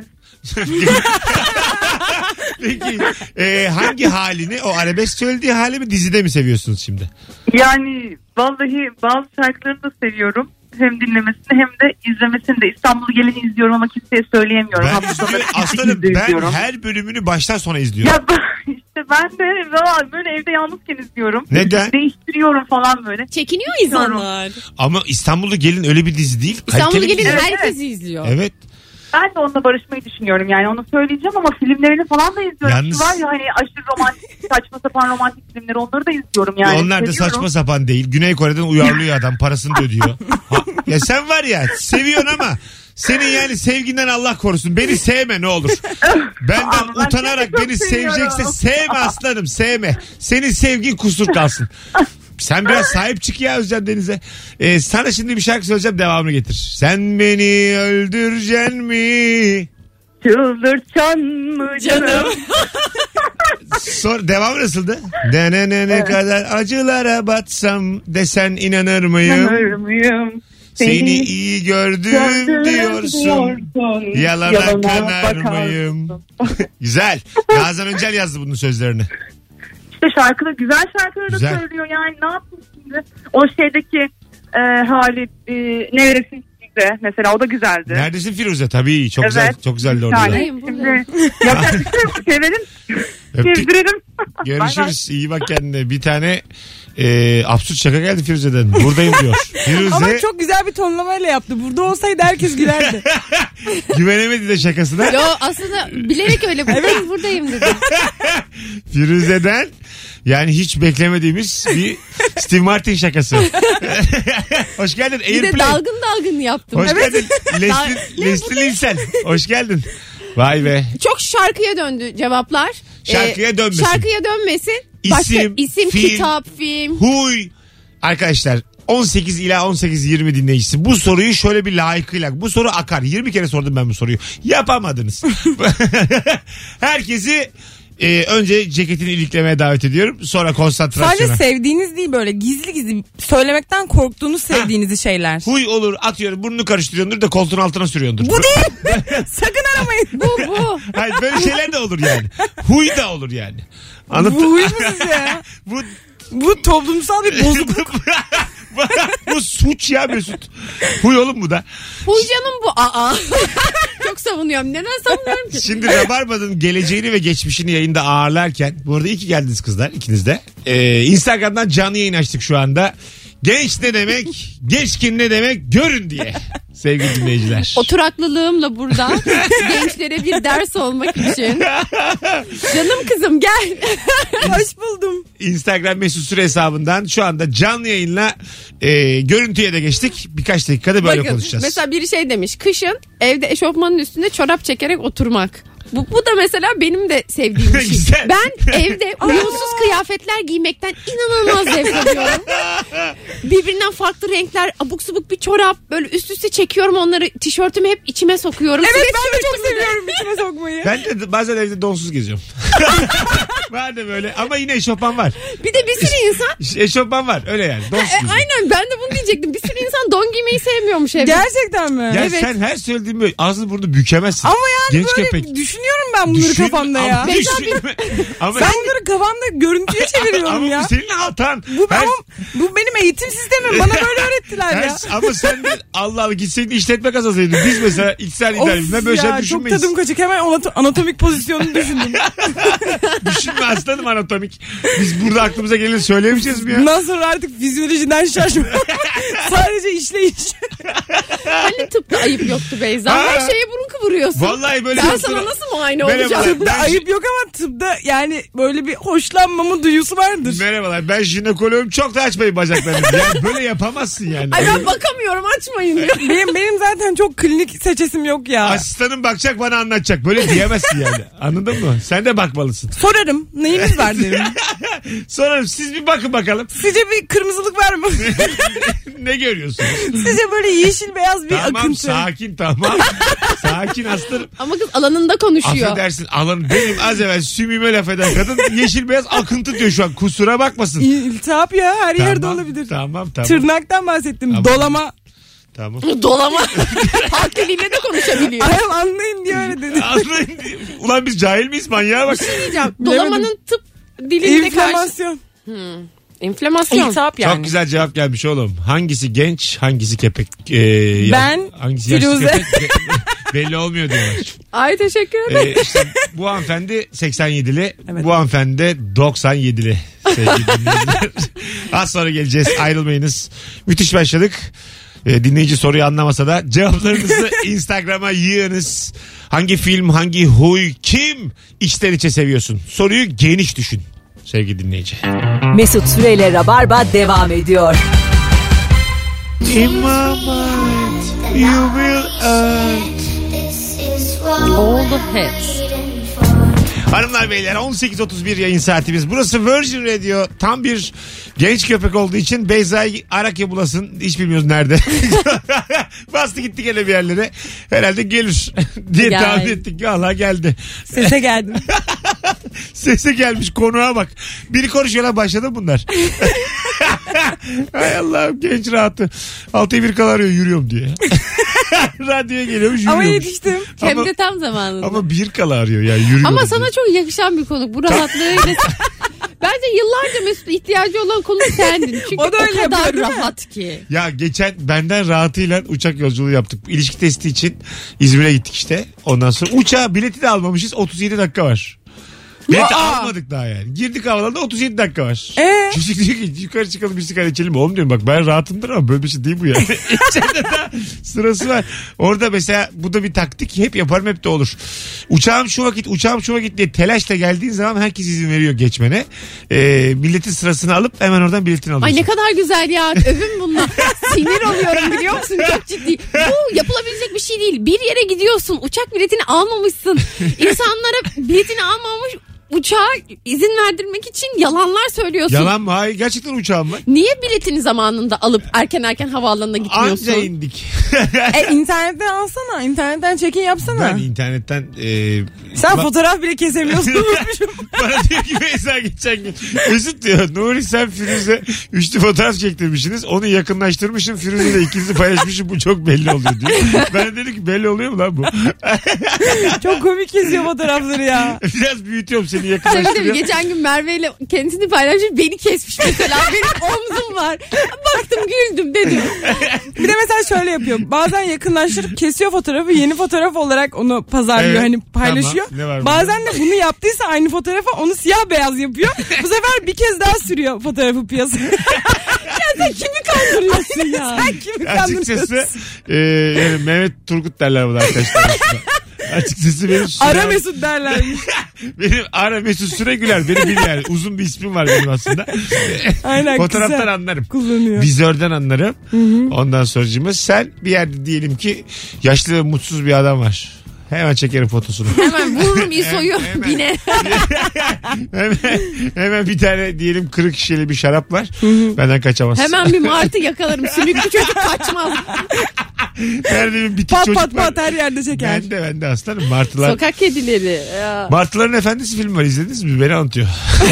Peki hangi halini o arabesk söylediği hali mi dizide mi seviyorsunuz şimdi? Yani vallahi bazı şarkılarını da seviyorum. Hem dinlemesini hem de izlemesini de. İstanbul Gelin izliyorum ama kimseye söyleyemiyorum. Ben Hafta sonu izliyorum. kesinlikle Aslanım ben izliyorum. her bölümünü baştan sona izliyorum. Ya işte ben de böyle evde yalnızken izliyorum. Neden? Değiştiriyorum falan böyle. Çekiniyor insanlar. Ama İstanbul'da Gelin öyle bir dizi değil. İstanbul'da Kaliteli Gelin dizi. herkes izliyor. Evet. Ben de onunla barışmayı düşünüyorum yani onu söyleyeceğim ama filmlerini falan da izliyorum. Yalnız- Şu var ya hani aşırı romantik saçma sapan romantik filmleri onları da izliyorum yani. Onlar da Seviyorum. saçma sapan değil. Güney Kore'den uyarlıyor adam. Parasını da ödüyor. Ya sen var ya seviyorsun ama senin yani sevginden Allah korusun. Beni sevme ne olur. Benden Ama ben utanarak seni çok beni seviyorum. sevecekse sevme aslanım sevme. Senin sevgin kusur kalsın. Sen biraz sahip çık ya Özcan Deniz'e. Sana şimdi bir şarkı söyleyeceğim devamını getir. Sen beni öldüreceksin mi? Çıldırtacaksın mı canım? Sonra devamı nasıldı? Ne kadar acılara batsam desen inanır mıyım? İnanır mıyım? Seni iyi gördüm diyorsun. Yalana kanar mıyım? Güzel. Nazan Öncel yazdı bunun sözlerini. İşte şarkıda güzel şarkıları da Güzel. söylüyor yani ne yapayım şimdi? O şeydeki hali neresin size mesela o da güzeldi. Neredesin Firuze? Tabii çok Evet. güzel. Çok güzeldi orada. Yani Buradayım, buradayım. şimdi yapacak bir şey yok. Severim. Öptük. Sevdirelim. Görüşürüz. İyi bak kendine. Bir tane absürt şaka geldi Firuze'den. Buradayım diyor. Firuze Ama çok güzel bir tonlamayla yaptı. Burada olsaydı herkes gülerdi. güvenemedi de şakasına. Yo aslında bilerek öyle buradayım dedi. Firuze'den yani hiç beklemediğimiz bir Steve Martin şakası. Hoş geldin. Bir de Airplane. dalgın yaptım. Hoş geldin. Leslie Nielsen. Hoş geldin. Vay be. Çok şarkıya döndü cevaplar. Şarkıya dönmesin. Şarkıya dönmesin. Başka isim, film, kitap, film. Huy. Arkadaşlar 18 ila 18-20 dinleyicisi. Bu soruyu şöyle bir layıkıyla. Bu soru akar. 20 kere sordum ben bu soruyu. Yapamadınız. Herkesi önce ceketini iliklemeye davet ediyorum. Sonra konsantrasyona. Sadece sevdiğiniz değil böyle gizli gizli söylemekten korktuğunuz sevdiğiniz şeyler. Huy olur atıyorum burnunu karıştırıyordur da koltuğun altına sürüyordur. Bu değil. Sakın aramayın. Bu. Hayır böyle şeyler de olur yani. Huy da olur yani. Anladın? Bu huy musunuz ya? Bu toplumsal bir bozukluk. Bu suç ya Mesut. Huy oğlum bu da. Huy canım bu. Çok savunuyorum. Neden savunuyorum ki? Şimdi Rabarba'nın geleceğini ve geçmişini yayında ağırlarken bu arada iyi ki geldiniz kızlar ikiniz de. Instagram'dan canlı yayın açtık şu anda. Genç ne demek, geçkin ne demek görün diye sevgili dinleyiciler. Oturaklılığımla burada gençlere bir ders olmak için. Canım kızım gel. Hoş buldum. Instagram Mesut Süre hesabından şu anda canlı yayınla görüntüye de geçtik. Birkaç dakikada böyle Bakın, konuşacağız. mesela biri şey demiş. Kışın evde eşofmanın üstünde çorap çekerek oturmak. Bu da mesela benim de sevdiğim bir şey. Güzel. Ben evde uyumsuz kıyafetler giymekten inanılmaz zevk alıyorum. Birbirinden farklı renkler, abuk subuk bir çorap böyle üst üste çekiyorum onları, tişörtümü hep içime sokuyorum. Evet ben de çok seviyorum içime sokmayı. Ben de bazen evde donsuz geziyorum. Var da böyle ama yine eşofman var. Bir de bir sürü insan Eşofman var öyle yani. Donsuz geziyorum. aynen ben de bunu diyecektim. Bir sürü insan don giymeyi sevmiyormuş evde. Gerçekten mi? Ya Evet. sen her söylediğin böyle ağzını burnunu bükemezsin. Ama yani Genç böyle köpek. düşünüyorum ben bunları Düşün, kafamda ama ya. düşünme. Ama, Ben bunları kafamda görüntüye çeviriyorum ama ya. bu senin hatan. Ama bu benim eğitim sistemim. Bana böyle öğrettiler ya. Ama sen de Allah Allah gitseydin işletme kazansaydın. Biz mesela İktisal İdaresi'nde böyle şey çok düşünmeyiz. tadım kaçık. Hemen anatomik pozisyonunu düşündüm. Düşünme aslanım anatomik. Biz burada aklımıza geleni söyleyemeyeceğiz mi ya? Bundan sonra artık fizyolojiden şaşma. Sadece işleyiş. Hani tıpta ayıp yoktu Beyza. Ha. Her şeye burun kıvırıyorsun. Vallahi böyle Ben bir sana sıra- nasıl muayene Merhaba. olacağım? Tıpta Ben- ayıp yok ama tıpta yani böyle bir hoşlanmamın duyusu vardır. Merhabalar ben jinekoloğum çok da açmayın bacaklarını. Yani böyle yapamazsın yani. Ay ben bakamıyorum açmayın diyor. Benim zaten çok klinik seçesim yok ya. Asistanım bakacak bana anlatacak. Böyle diyemezsin yani. Anladın mı? Sen de bakmalısın. Sorarım neyiniz var derim. Sorarım siz bir bakın bakalım. Sizce bir kırmızılık var mı? Ne görüyorsunuz? Sizce böyle yeşil beyaz bir Tamam akıntı. sakin tamam. Sakin aslanım. Ama kız alanında konuşuyor. Affedersin alan benim az evvel sümüme laf eden kadın yeşil beyaz akıntı diyor şu an. Kusura bakmasın. İltihap ya her yerde Tamam, olabilir. Tamam tamam. Tırnaktan bahsettim. Tamam. Dolama. Tamam. Dolama. Halk diliyle de konuşabiliyor. Ayağım anlayın diye öyle dedi. Anlayın diye. Ulan biz cahil miyiz manyağa bak. Diyeceğim. Dolamanın tıp dilinde karşı. İnflamasyon. İnflamasyon. İltihap yani. Çok güzel cevap gelmiş oğlum. Hangisi genç hangisi kepek? Ben, hangisi yaşlı Firuze. kepek? Belli olmuyor diyorlar. Ay teşekkür ederim. İşte bu hanımefendi 87'li. Evet. Bu hanımefendi de 97'li. Sevgili dinleyiciler. Az sonra geleceğiz. Ayrılmayınız. Müthiş başladık. Dinleyici soruyu anlamasa da cevaplarınızı Instagram'a yığınız. Hangi film, hangi huy, kim içten içe seviyorsun? Soruyu geniş düşün sevgili dinleyici. Mesut Süreyle Rabarba devam ediyor. In my mind, you will earn. All the hits. Hanımlar beyler 18.31 yayın saatimiz. Burası Virgin Radio. Tam bir genç köpek olduğu için Beyza'yı Arakya bulasın. Hiç bilmiyoruz nerede. Bastı gitti gene bir yerlere. Herhalde gelir diye tahmin ettik. Valla geldi. Sese geldim. Sese gelmiş, konuğa bak. Biri konuşuyorlar, başladı bunlar. Hay Allah'ım, genç rahatı. 6'ya 1 kala arıyor, yürüyorum diye. Radyoya geliyormuş, yürüyormuş. Ama yetiştim. Hem de tam zamanında. Ama 1 kala arıyor ya, yürüyorum. Ama sana çok yakışan bir konuk bu rahatlığıyla. Bence yıllarca Mesut'a ihtiyacı olan konu sendin. Çünkü O da öyle o kadar yapıyor, değil mi? rahat ki. Ya geçen benden rahatıyla uçak yolculuğu yaptık. İlişki testi için İzmir'e gittik işte. Ondan sonra uçağa bileti de almamışız. 37 dakika var. Bileti almadık daha yani. Girdik havalarında 37 dakika var. Çocuk diyor ki yukarı çıkalım bir sigara içelim. Oğlum diyorum, bak ben rahatımdır ama böyle bir şey değil bu yani. İçeride daha sırası var. Orada mesela bu da bir taktik. Hep yaparım, hep de olur. Uçağım şu vakit diye telaşla geldiğin zaman herkes izin veriyor geçmene. Milletin sırasını alıp hemen oradan biletini alıyorsun. Ay ne kadar güzel ya. Övün bunlar. Sinir oluyorum biliyor musun? Çok ciddi. Bu yapılabilecek bir şey değil. Bir yere gidiyorsun. Uçak biletini almamışsın. İnsanlara biletini almamış uçağa izin verdirmek için yalanlar söylüyorsun. Yalan mı? Hayır, gerçekten uçağım var. Niye biletini zamanında alıp erken havaalanına gitmiyorsun? Anca indik. İnternetten alsana. İnternetten check-in yapsana. Ben internetten... Sen fotoğraf bile kesemiyorsun. Bana diyor ki Beyza geçen gün. Mesut diyor, Nuri sen Firuze üçlü fotoğraf çektirmişsiniz. Onu yakınlaştırmışım. Firuze ile ikinizi paylaşmışım. Bu çok belli oluyor diyor. Ben dedim ki belli oluyor mu lan bu? Çok komik kesiyor fotoğrafları ya. Biraz büyütüyorum seni, Tabii yakınlaştırıyor. geçen gün Merve ile kendisini paylaşmış, beni kesmiş mesela. Benim omzum var. Baktım güldüm dedim. Bir de mesela şöyle yapıyor. Bazen yakınlaştırıp kesiyor fotoğrafı, yeni fotoğraf olarak onu pazarlıyor. Evet, Hani paylaşıyor. tamam. Ne var Bazen de bunu yaptıysa aynı fotoğrafa onu siyah beyaz yapıyor. Bu sefer bir kez daha sürüyor fotoğrafı piyasaya. Ya sen kimi kandırıyorsun ya? Sen kimi kandırıyorsun? Açıkçası yani Mehmet Turgut derler buna arkadaşlar. Açıkçası benim Ara Mesut derlermiş. benim Ara Mesut Süregüler benim bir yani uzun bir ismim var benim aslında. Aynen, Fotoğraftan güzel. anlarım. Kullanıyor. Vizörden anlarım. Ondan sonracığımız sen bir yerde diyelim ki yaşlı ve mutsuz bir adam var. Hemen çekerim fotosunu. Hemen vururum İso'yu Hemen. yine. hemen bir tane diyelim kırık şişeli bir şarap var. Benden kaçamaz. Hemen bir martı yakalarım. Sümüklü çocuk kaçmaz. Nerede bir bitik Pat çocuk pat var. pat her yerde çeker. Ben de aslanım. Martılar. Sokak kedileri. Ya. Martıların Efendisi filmi var, izlediniz mi? Beni anlatıyor.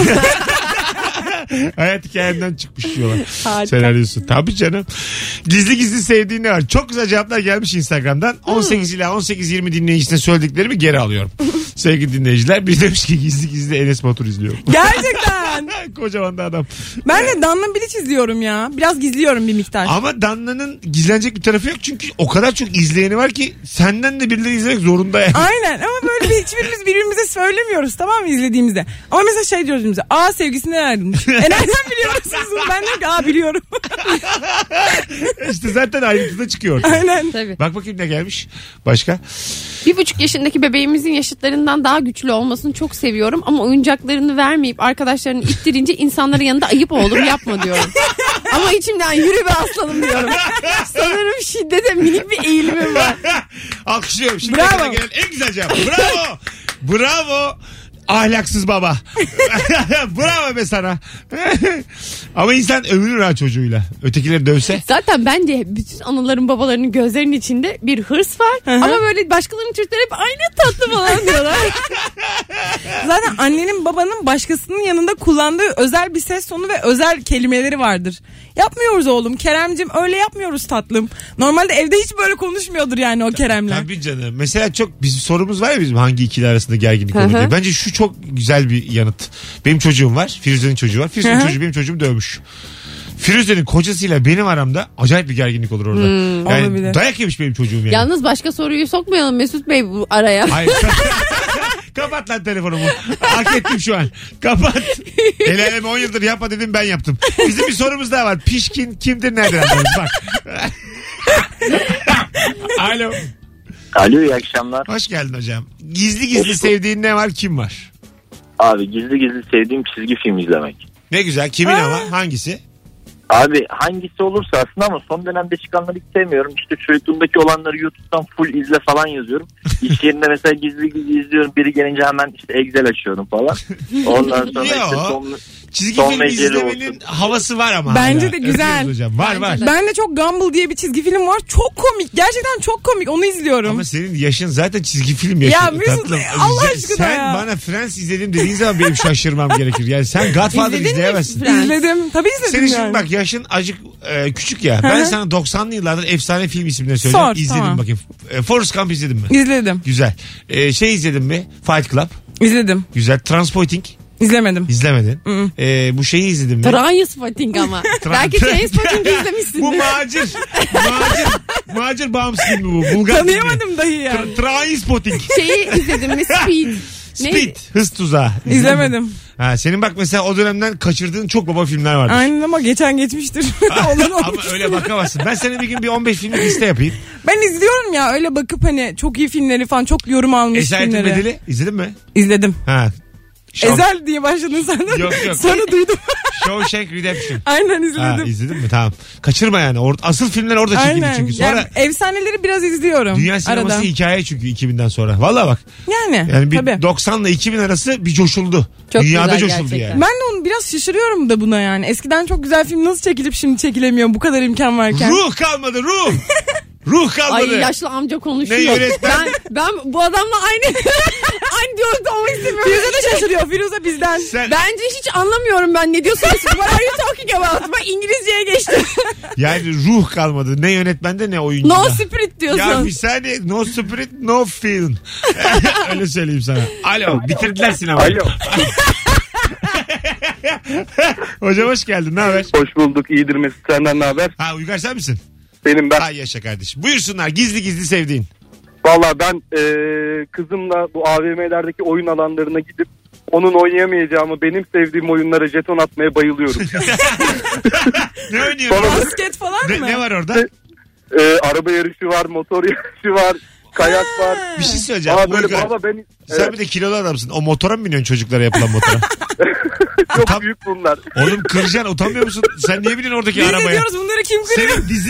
Hayat hikayemden çıkmış diyorlar. Senaryosu. Tabii canım. Gizli gizli sevdiğin ne var? Çok güzel cevaplar gelmiş Instagram'dan. 18 ila 18-20 dinleyicisine söylediklerimi geri alıyorum. Sevgili dinleyiciler. Bir demiş ki gizli gizli Enes Batur izliyorum. Gerçekten. Kocaman da adam. Ben de Danla Bilic izliyorum ya. Biraz gizliyorum bir miktar. Ama Danla'nın gizlenecek bir tarafı yok. Çünkü o kadar çok izleyeni var ki senden de birileri izlemek zorunda yani. Aynen, ama böyle hiçbirimiz birbirimize söylemiyoruz, tamam mı, izlediğimizde. Ama mesela şey diyoruz birbirimize. Sevgisinden ayrılmış. Nereden biliyorsunuz bunu? Ben diyorum ki biliyorum. İşte zaten ayrıntıda çıkıyor. Aynen. Tabii. Bak bakayım ne gelmiş. Başka? 1,5 yaşındaki bebeğimizin yaşıtlarından daha güçlü olmasını çok seviyorum ama oyuncaklarını vermeyip arkadaşlarını ittirince insanların yanında ayıp olur, yapma diyorum. Ama içimden yürü be aslanım diyorum. Sanırım şiddete minik bir eğilimim var. Alkışlıyorum. Şimdi Bravo. gelen en güzel cevap. Bravo. Bravo. Ahlaksız baba. Bravo be sana. Ama insan övünür ha çocuğuyla. Ötekileri dövse. Zaten bence bütün anaların babalarının gözlerinin içinde bir hırs var. Ama böyle başkalarının çocukları hep aynı tatlı falan diyorlar. Zaten annenin babanın başkasının yanında kullandığı özel bir ses tonu ve özel kelimeleri vardır. Yapmıyoruz oğlum. Keremcim öyle yapmıyoruz tatlım. Normalde evde hiç böyle konuşmuyordur yani o Kerem'le. Tabii canım. Mesela çok bizim sorumuz var ya bizim hangi ikili arasında gerginlik olur diye. Bence şu çok güzel bir yanıt. Benim çocuğum var. Firuze'nin çocuğu var. Firuze'nin çocuğu benim çocuğumu dövmüş. Firuze'nin kocasıyla benim aramda acayip bir gerginlik olur orada. Yani olabilir. dayak yemiş benim çocuğum yani. Yalnız başka soruyu sokmayalım Mesut Bey bu araya. Hayır. Kapat lan telefonumu. Hak ettim şu an. Kapat. El aleme 10 yıldır yapma dedim, ben yaptım. Bizim bir sorumuz daha var. Pişkin kimdir, nereden anlarız? Bak. Alo. Alo, iyi akşamlar. Hoş geldin hocam. Gizli gizli sevdiğin ne var, kim var? Abi gizli gizli sevdiğim çizgi film izlemek. Ne güzel. Kimin ama? Hangisi? Abi hangisi olursa aslında, ama son dönemde çıkanları hiç sevmiyorum. İşte çocukluğumdaki olanları YouTube'dan full izle falan yazıyorum. İş yerinde mesela gizli gizli izliyorum. Biri gelince hemen işte Excel açıyorum falan. Ondan sonra işte çizgi son film izlemenin olsun. Havası var ama. Bence de güzel. Hocam. Var. Ben de çok Gumball diye bir çizgi film var. Çok komik. Gerçekten çok komik. Onu izliyorum. Ama senin yaşın zaten çizgi film yaşı. Ya Mesut, Allah aşkına sen ya. bana Friends izledim dediğin zaman benim şaşırmam gerekir. Yani sen Godfather izleyemezsin. İzledim. Tabii izledim senin yani. Şimdi bak yaşın acık küçük ya. Ben sana 90'lı yıllardan efsane film isimlerini söyleyeceğim. İzledim tamam. Bakayım. Forrest Gump izledin mi? İzledim. Güzel. Izledin mi? Fight Club. İzledim. Güzel. Transporting. İzlemedim. İzlemedin. Bu şeyi izledim mi? Trainspotting ama. Belki Trainspotting izlemişsindir. Bu macir bağımsız filmi bu. Bulgar tanıyamadım dahi yani. Trainspotting. Şeyi izledin mi? Speed. Hız tuzağı. İzlemedim. Ha, senin bak mesela o dönemden kaçırdığın çok baba filmler vardır. Aynen ama geçmiştir. Ama öyle bakamazsın. Ben sana bir gün bir 15 filmlik liste yapayım. Ben izliyorum ya, öyle bakıp hani çok iyi filmleri falan, çok yorum almış Esaretin filmleri. Bedeli izledin mi? İzledim. Ha. Ezel diye başladın sen de. Yok. Sonra duydum. Shawshank Redemption. Aynen izledim. Ha, izledin mi? Tamam. Kaçırma yani. Asıl filmler orada çekildi çünkü. Sonra yani efsaneleri biraz izliyorum. Dünya sineması arada. hikaye çünkü 2000'den sonra. Vallahi bak. Yani bir tabii. 90 ile 2000 arası bir coşuldu. Çok Dünyada güzel coşuldu gerçekten. yani. Ben de onu biraz şaşırıyorum da buna yani. Eskiden çok güzel film nasıl çekilip şimdi çekilemiyor bu kadar imkan varken. Ruh kalmadı, ruh. Ruh kalmadı. Ay yaşlı amca konuşuyor. Ne yönetmen? Ben bu adamla aynı diyalogda olmak istemiyorum. Firuze de şaşırıyor. Firuze bizden. Bence hiç anlamıyorum ben ne diyorsunuz. What are you talking about? Ben İngilizceye geçtim. Yani ruh kalmadı. Ne yönetmende ne oyuncuda. No spirit diyorsun. Ya bir saniye. No spirit, no feeling. Öyle söyleyeyim sana. Alo. Bitirdiler sinemayı. Alo. Hocam hoş geldin. Ne haber? Hoş bulduk. İyidir Mesut. Senden ne haber? Ha, Uygar sen misin? Benim ben. Ay yaşa kardeşim. Buyursunlar. Gizli gizli sevdiğin. Valla ben kızımla bu AVM'lerdeki oyun alanlarına gidip onun oynayamayacağımı, benim sevdiğim oyunlara jeton atmaya bayılıyorum. Ne oynuyorsun? Basket falan mı? Ne var orada? Araba yarışı var, motor yarışı var, kayak var. Bir şey söyleyeceğim. Uygar, sen bir de kilolu adamsın. O motora mı biniyorsun, çocuklara yapılan motora? Çok büyük bunlar. Oğlum kıracaksın, utanmıyor musun? Sen niye biniyorsun oradaki Biz arabaya? de diyoruz bunları kim kırıyor?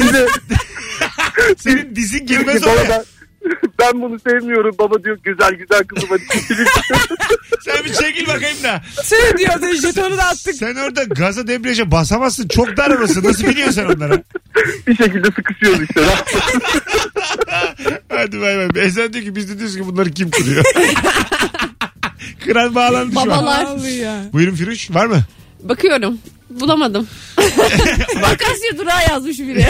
Senin dizin girmez oraya. Ben bunu sevmiyorum baba diyor, güzel kızım hadi çekilin. Sen bir çekil bakayım da. Şey diyor, jetonu da attık. Sen orada gaza debriyaja basamazsın. Çok dar orası. Nasıl biliyorsun sen onlara? Bir şekilde sıkışıyoruz işte. Hadi bay bay. Esen diyor ki biz de diyoruz ki bunları kim kırıyor? Kıran bağlandı şu an. Babalar. Buyurun Firuş, var mı? Bakıyorum. Bulamadım. Akasya durağı yazmış biri.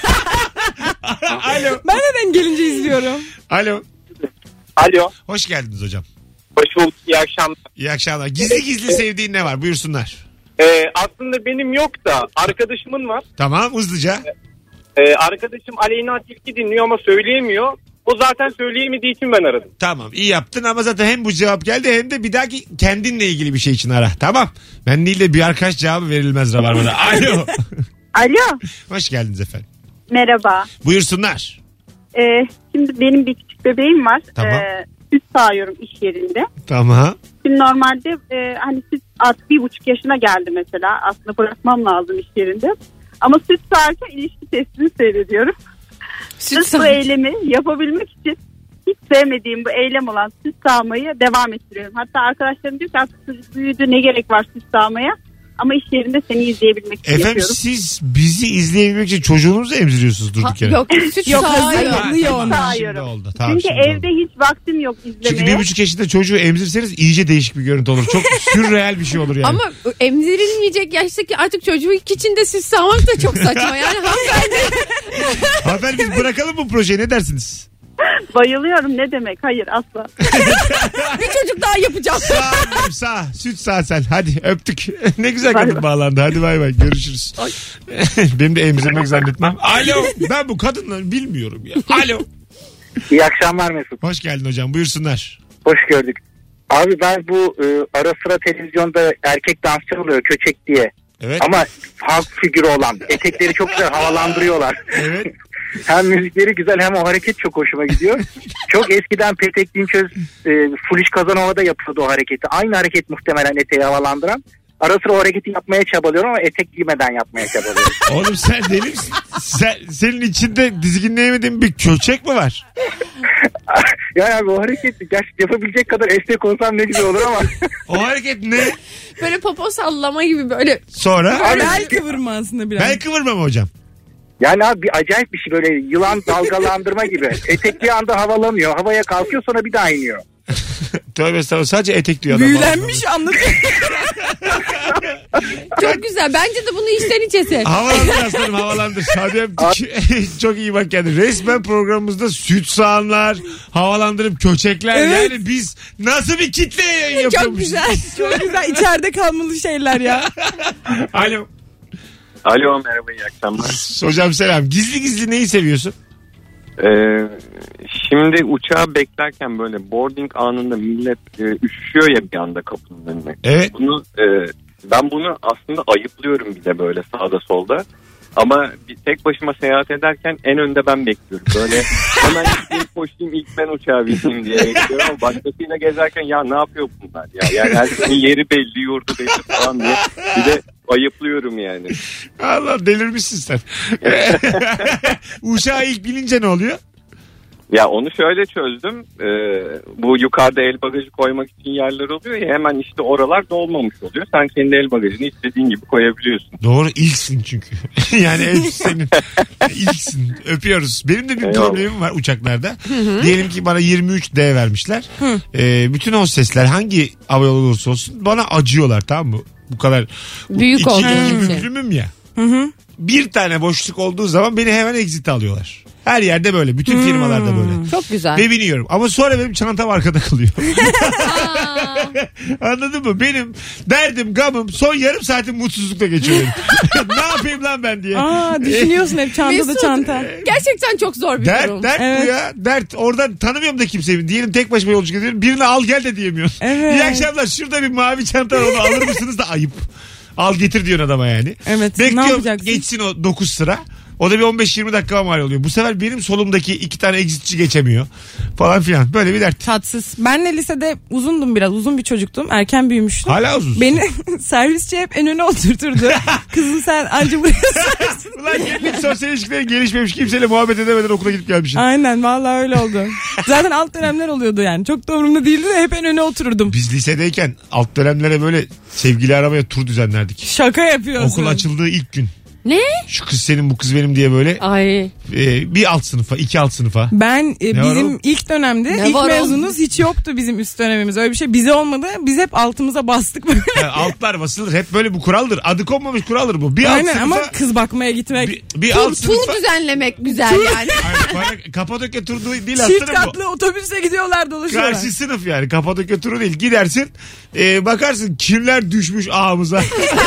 Alo. Ben neden gelince izliyorum? Alo. Alo. Hoş geldiniz hocam. Hoş bulduk. İyi akşamlar. İyi akşamlar. Gizli gizli sevdiğin ne var? Buyursunlar. Aslında benim yok da arkadaşımın var. Tamam, hızlıca. Arkadaşım Aleyna Tilki dinliyor ama söyleyemiyor. O zaten söyleyemediği için ben aradım. Tamam, iyi yaptın ama zaten hem bu cevap geldi hem de bir dahaki kendinle ilgili bir şey için ara. Tamam. Ben değil de bir arkadaş cevabı verilmez Rabarba'da. Alo. Alo. Hoş geldiniz efendim. Merhaba. Buyursunlar. Şimdi benim bir küçük bebeğim var. Tamam. Süt sağıyorum iş yerinde. Tamam. Şimdi normalde hani süt artık 1,5 yaşına geldi mesela. Aslında bırakmam lazım iş yerinde. Ama süt sağarken ilişki testini seyrediyorum. Sırf bu eylemi yapabilmek için hiç sevmediğim bu eylem olan süt sağmayı devam ettiriyorum. Hatta arkadaşlarım diyor ki artık çocuk büyüdü, ne gerek var süt sağmaya. Ama iş yerinde seni izleyebilmek için efendim, yapıyorum. Siz bizi izleyebilmek için çocuğunuzu emziriyorsunuz durduk yere. Yok süt Yok, sağıyor. hazırlıyor onu. Şimdi oldu. Tamam, Çünkü şimdi evde oldu. hiç vaktim yok izlemeye. Çünkü 1,5 yaşında çocuğu emzirseniz iyice değişik bir görüntü olur. Çok sürreal bir şey olur yani. Ama emzirilmeyecek yaştaki artık çocuğu içinde süt sağmak da çok saçma. Yani hanımefendi. Hanımefendi biz bırakalım bu projeyi, ne dersiniz? Bayılıyorum, ne demek, hayır asla. Bir çocuk daha yapacağım. Sağ. Süt sağ sen. Hadi öptük. Ne güzel kadın bağlandı. Hadi bay bay. Görüşürüz. Benim de emzirmek zannetmem. Alo. Ben bu kadınları bilmiyorum ya. Alo. İyi akşamlar Mesut. Hoş geldin hocam. Buyursunlar. Hoş gördük. Abi ben bu ara sıra televizyonda erkek dansçı oluyor Köçek diye. Evet. Ama halk figürü olan. Etekleri çok güzel havalandırıyorlar. Evet. Hem müzikleri güzel hem o hareket çok hoşuma gidiyor. Çok eskiden Petek Dinçöz Fuliş Kazanova'da yapıyordu o hareketi. Aynı hareket muhtemelen eteği havalandıran. Ara sıra o hareketi yapmaya çabalıyorum ama etek giymeden yapmaya çabalıyorum. Oğlum sen deli misin? Senin içinde dizginleyemediğin bir köçek mi var? Yani abi o hareketi gerçekten yapabilecek kadar esnek olsam ne güzel olur ama. O hareket ne? Böyle popo sallama gibi böyle. Sonra? Bel kıvırma aslında biraz. Bel kıvırma mı hocam? Yani abi bir acayip bir şey, böyle yılan dalgalandırma gibi. Etek bir anda havalanıyor. Havaya kalkıyor, sonra bir daha iniyor. Tövbe estağfurullah, sadece etek diyor adam. Büyülenmiş, anlatıyor. Çok güzel. Bence de bunu içten içesin. Havalandır aslanım, havalandır. Hadi öptük. Çok iyi bak kendine. Resmen programımızda süt sağanlar, havalandırıp köçekler. Evet. Yani biz nasıl bir kitle yayın yapıyormuşuz. Çok güzel. Çok güzel. İçeride kalmalı şeyler ya. Alo. Alo, merhaba, iyi akşamlar. Hocam selam. Gizli gizli neyi seviyorsun? Şimdi uçağı beklerken böyle boarding anında millet üşüyor ya bir anda kapının önüne. Evet. Ben bunu aslında ayıplıyorum bir de böyle sağda solda. Ama bir tek başıma seyahat ederken en önde ben bekliyorum. Böyle hemen koşayım ilk ben uçağa bineyim diye bekliyorum. Ama başkasıyla gezerken ya ne yapıyor bunlar ya? Yani herkesin yeri belli, yurdu belli falan diye. Bir de ayıplıyorum yani. Allah, delirmişsin sen. Uçağa ilk binince ne oluyor? Ya onu şöyle çözdüm. Bu yukarıda el bagajı koymak için yerler oluyor ya, hemen işte oralar dolmamış oluyor. Sen kendi el bagajını istediğin gibi koyabiliyorsun. Doğru, ilksin çünkü. Yani senin ilksin. Öpüyoruz. Benim de bir problemim var uçaklarda. Diyelim ki bana 23D vermişler. Bütün hostesler hangi havayolu olursa olsun bana acıyorlar, tamam mı? Bu kadar büyük iki olduğu büklümüm ya. Bir tane boşluk olduğu zaman beni hemen exit alıyorlar. Her yerde böyle. Bütün firmalarda böyle. Çok güzel. Ve biniyorum. Ama sonra benim çantam arkada kalıyor. Anladın mı? Benim derdim, gamım son yarım saatin mutsuzlukla geçiyor benim. Ne yapayım lan ben diye. Düşünüyorsun hep çanta da Mesut, çanta. Gerçekten çok zor bir durum. Dert Evet. bu ya. Dert. Oradan tanımıyorum da kimseyi. Diyelim tek başıma yolculuk ediyorum. Birini al gel de diyemiyorsun. Evet. İyi akşamlar. Şurada bir mavi çanta var, onu alır mısınız da ayıp. Al getir diyorsun adama yani. Evet. Ne Bekliyorum yapacaksın? geçsin o 9 sıra. O da bir 15-20 dakika mal oluyor. Bu sefer benim solumdaki 2 tane exitçi geçemiyor. Falan filan. Böyle bir dert. Tatsız. Ben de lisede uzundum biraz. Uzun bir çocuktum. Erken büyümüştüm. Hala uzun. Beni servisçi hep en öne oturturdu. Kızım sen anca buraya sersin. Ulan geldik, sosyal ilişkileri gelişmemiş, kimseyle muhabbet edemeden okula gidip gelmişsin. Aynen, vallahi öyle oldu. Zaten alt dönemler oluyordu yani. Çok da umurumda değildi de hep en öne otururdum. Biz lisedeyken alt dönemlere böyle sevgili aramaya tur düzenlerdik. Şaka yapıyorsun. Okul açıldığı ilk gün. Ne? Şu kız senin, bu kız benim diye böyle. Ay. Bir alt sınıfa, 2 alt sınıfa. Ben bizim o? ilk dönemde Ne ilk var mezunuz hiç yoktu bizim üst dönemimiz. Öyle bir şey bize olmadı. Biz hep altımıza bastık böyle. Yani altlar basılır. Hep böyle bu kuraldır. Adı konmamış kuraldır bu. Bir alt Aynen sınıfa. ama kız bakmaya gitmek. Bir alt Tur sınıfa. düzenlemek güzel yani. Hayır, Kapadokya turu değil Çift aslanım bu. katlı otobüse gidiyorlar, dolaşıyorlar. Karşı sınıf yani. Kapadokya turu değil. Gidersin bakarsın kimler düşmüş ağımıza.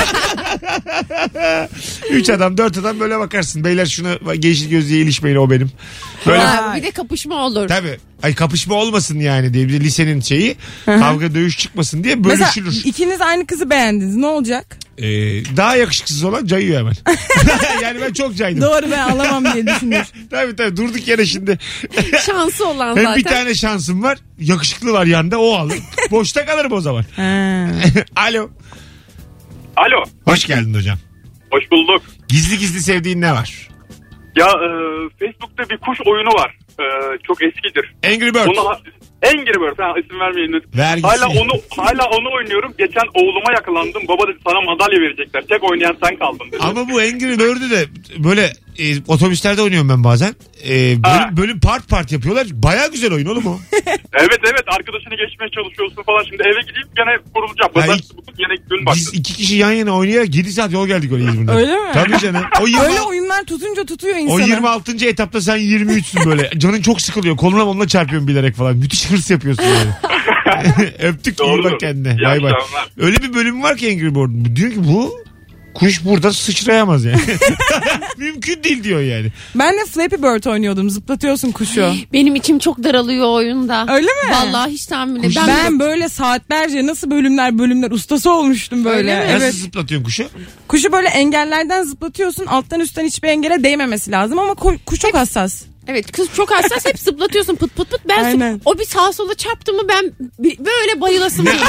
3 adam 4 adam böyle bakarsın. Beyler şuna yeşil gözlüye ilişmeyin, o benim. Böyle. Bir de kapışma olur. Tabii. Ay kapışma olmasın yani diye, bir de lisenin şeyi. Kavga dövüş çıkmasın diye bölüşülür. Mesela ikiniz aynı kızı beğendiniz. Ne olacak? Daha yakışıksız olan cayıyor hemen. Yani ben çok caydım. Doğru, ben alamam diye düşünür. Tabii durduk yere şimdi. Şansı olan Hem zaten. bir tane şansım var. Yakışıklı var yanında, o alır. Boşta kalırım o zaman. Alo. Alo. Hoş geldin hocam. Hoş bulduk. Gizli gizli sevdiğin ne var? Ya Facebook'ta bir kuş oyunu var. Çok eskidir. Angry Birds. Angry Birds. İsim vermeyin lütfen. Vergisi. Hala onu oynuyorum. Geçen oğluma yakalandım. Baba dedi sana madalya verecekler. Tek oynayan sen kaldın dedi. Ama bu Angry Bird'ü de böyle otobüslerde oynuyorum ben bazen. Bölüm part yapıyorlar. Baya güzel oyun oğlum o. Evet arkadaşını geçmeye çalışıyorsun falan. Şimdi eve gideyim gene kurulacağım. Pazartesi bugün yine gün başladı. Biz 2 kişi yan yana oynayarak 7 saat yol geldik oraya İzmir'den. Öyle mi? Tabii canım. Öyle oyunlar tutuyor insanı. O 26. etapta sen 23'sün böyle. Canın çok sıkılıyor. Koluna çarpıyorsun bilerek falan. Müthiş hırs yapıyorsun yani. Öptük, iyi bak kendine. Bay bay. Öyle bir bölüm var ki Angry Bird. Diyor ki bu kuş burada sıçrayamaz yani. Mümkün değil diyor yani. Ben de Flappy Bird oynuyordum. Zıplatıyorsun kuşu. Benim içim çok daralıyor oyunda. Öyle mi? Vallahi hiç tahmin edemem. Ben böyle saatlerce nasıl bölümler ustası olmuştum böyle. Nasıl evet. zıplatıyorsun kuşu? Kuşu böyle engellerden zıplatıyorsun. Alttan üstten hiçbir engele değmemesi lazım ama kuş çok hassas. Evet, kız çok hassas, hep zıplatıyorsun pıt. Ben o bir sağa sola çarptı mı ben böyle bayılasım geliyor.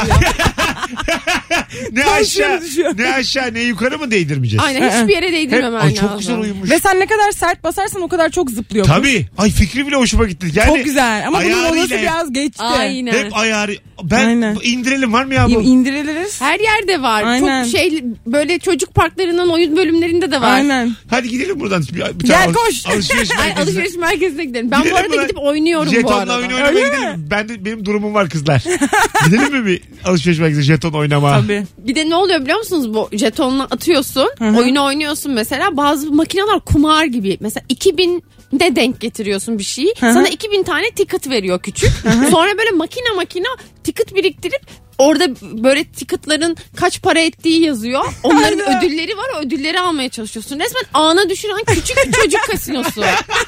ne aşağı ne yukarı mı değdirmeyeceğiz? Aynen, hiçbir yere değdirmemen lazım. Çok güzel uyumuş. Ve sen ne kadar sert basarsan o kadar çok zıplıyor. Tabii. Ay, fikri bile hoşuma gitti. Yani çok güzel ama bunun molası biraz geçti. Aynen. Hep ayarı. İndirelim, var mı ya bu? İndiriliriz. Her yerde var. Aynen. Çok böyle çocuk parklarının oyun bölümlerinde de var. Aynen. Hadi gidelim buradan. Gel koş. Alışveriş merkezine gidelim. Ben bu arada gidip oynuyorum bu arada. Jetonla oyun oynamaya gidelim. Benim durumum var kızlar. Gidelim mi bir alışveriş merkezine jeton oynama? Tabii. Bir de ne oluyor biliyor musunuz? Bu jetonla atıyorsun. Hı-hı. Oyunu oynuyorsun mesela. Bazı makineler kumar gibi. Mesela 2000 de denk getiriyorsun bir şeyi. Hı-hı. Sana 2000 tane ticket veriyor küçük. Hı-hı. Sonra böyle makine ticket biriktirip orada böyle ticketların kaç para ettiği yazıyor. Onların ödülleri var. O ödülleri almaya çalışıyorsun. Resmen ağına düşüren küçük bir çocuk kasinosu.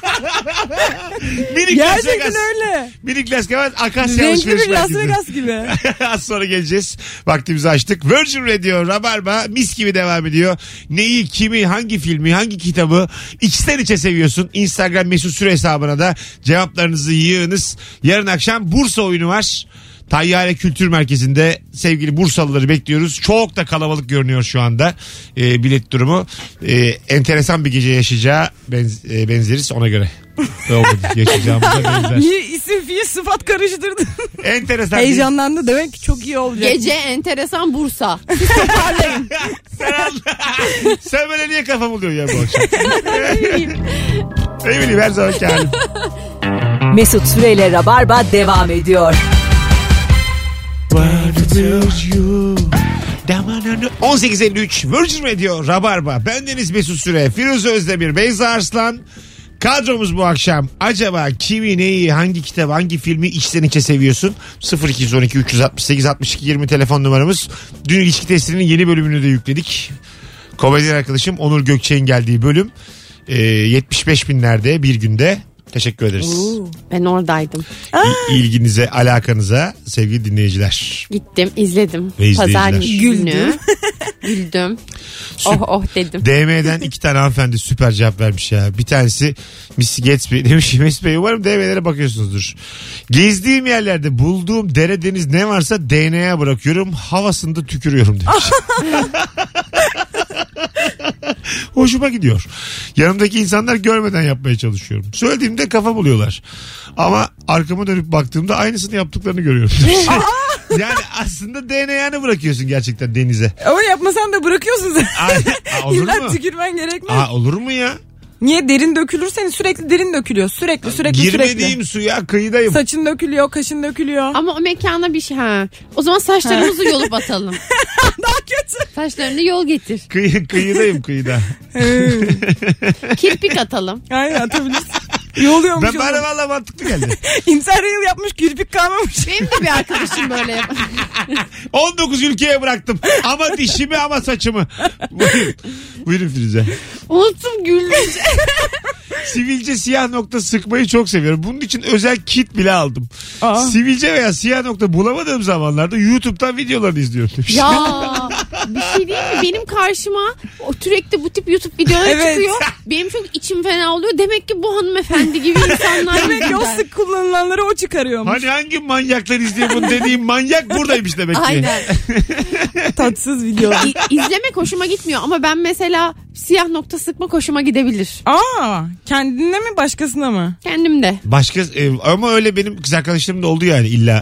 Gerçekten öyle. Minik Las Vegas, Akasya alışveriş merkezi. Renkli bir Las Vegas gibi. Az sonra geleceğiz. Vaktimizi açtık. Virgin Radio Rabarba mis gibi devam ediyor. Neyi, kimi, hangi filmi, hangi kitabı içten içe seviyorsun? Instagram Mesut Süre hesabına da cevaplarınızı yığınız. Yarın akşam Bursa oyunu var. Tayyare Kültür Merkezi'nde sevgili Bursalıları bekliyoruz. Çok da kalabalık görünüyor şu anda bilet durumu. Enteresan bir gece yaşayacağı benzeriz ona göre. Yaşayacağımıza benzer. Niye isim fiil sıfat karıştırdın? Enteresan. Heyecanlandı, demek ki çok iyi olacak. Gece enteresan Bursa. Siz toparlayın. Sen böyle niye kafa buluyorsun ya bu akşam? Ne bileyim, her zamanki halim. Mesut Süreyle Rabarba devam ediyor. 18.53 Virgin Radio Rabarba. Bendeniz Mesut Süre, Firuze Özdemir, Beyza Arslan. Kadromuz bu akşam. Acaba kimi, neyi, hangi kitabı, hangi filmi içten içe seviyorsun? 0212 368 62 20 telefon numaramız. Dün ilişki testinin yeni bölümünü de yükledik. Komedyen arkadaşım Onur Gökçek'in geldiği bölüm. 75 binlerde bir günde. Teşekkür ederiz. Ben oradaydım. İlginize, alakanıza sevgili dinleyiciler. Gittim, izledim. Pazar günü. Güldüm. Oh dedim. DM'den 2 tane hanımefendi süper cevap vermiş ya. Bir tanesi Miss Gatsby demiş ki Mesut Bey, umarım DM'lere bakıyorsunuzdur. Gezdiğim yerlerde bulduğum dere deniz ne varsa DNA'ya bırakıyorum. Havasında tükürüyorum demiş. Hoşuma gidiyor. Yanımdaki insanlar görmeden yapmaya çalışıyorum. Söylediğimde kafa buluyorlar. Ama arkama dönüp baktığımda aynısını yaptıklarını görüyorum. Yani aslında DNA'nı bırakıyorsun gerçekten denize. Ama yapmasan da bırakıyorsun sen. Olur mu? İlla tükürmen gerekmez. Olur mu ya? Niye? Derin dökülürsen sürekli derin dökülüyor. Sürekli. Girmediğim suya kıyıdayım. Saçın dökülüyor, kaşın dökülüyor. Ama o mekana bir şey. O zaman saçlarımızı yolup atalım. Daha kötü. Saçlarını yol getir. Kıyıdayım kıyıda. Kirpik atalım. Aynen, atabilirsin. İyi oluyormuş. Bana valla mantıklı geldi. Interrail yapmış, kirpik kalmamış. Benim de bir arkadaşım böyle yapar. 19 ülkeye bıraktım. Ama dişimi ama saçımı. Buyurun Firuze. Unuttum, gülmeyeceğim. Sivilce siyah nokta sıkmayı çok seviyorum. Bunun için özel kit bile aldım. Sivilce veya siyah nokta bulamadığım zamanlarda YouTube'dan videolarını izliyorum demiş. Ya bir şey değil mi? Benim karşıma sürekli bu tip YouTube videoları çıkıyor. Benim çok içim fena oluyor. Demek ki bu hanımefendi gibi insanlar. Demek ki o sık kullanılanları o çıkarıyormuş. Hani hangi manyaklar izliyor bunu dediğim manyak buradaymış demek ki. Aynen. Tatsız video. İzlemek hoşuma gitmiyor ama ben mesela siyah nokta sıkmak hoşuma gidebilir. Kendine mi başkasına mı? Kendimde. Başka ama öyle benim kız arkadaşlarım da oldu yani illa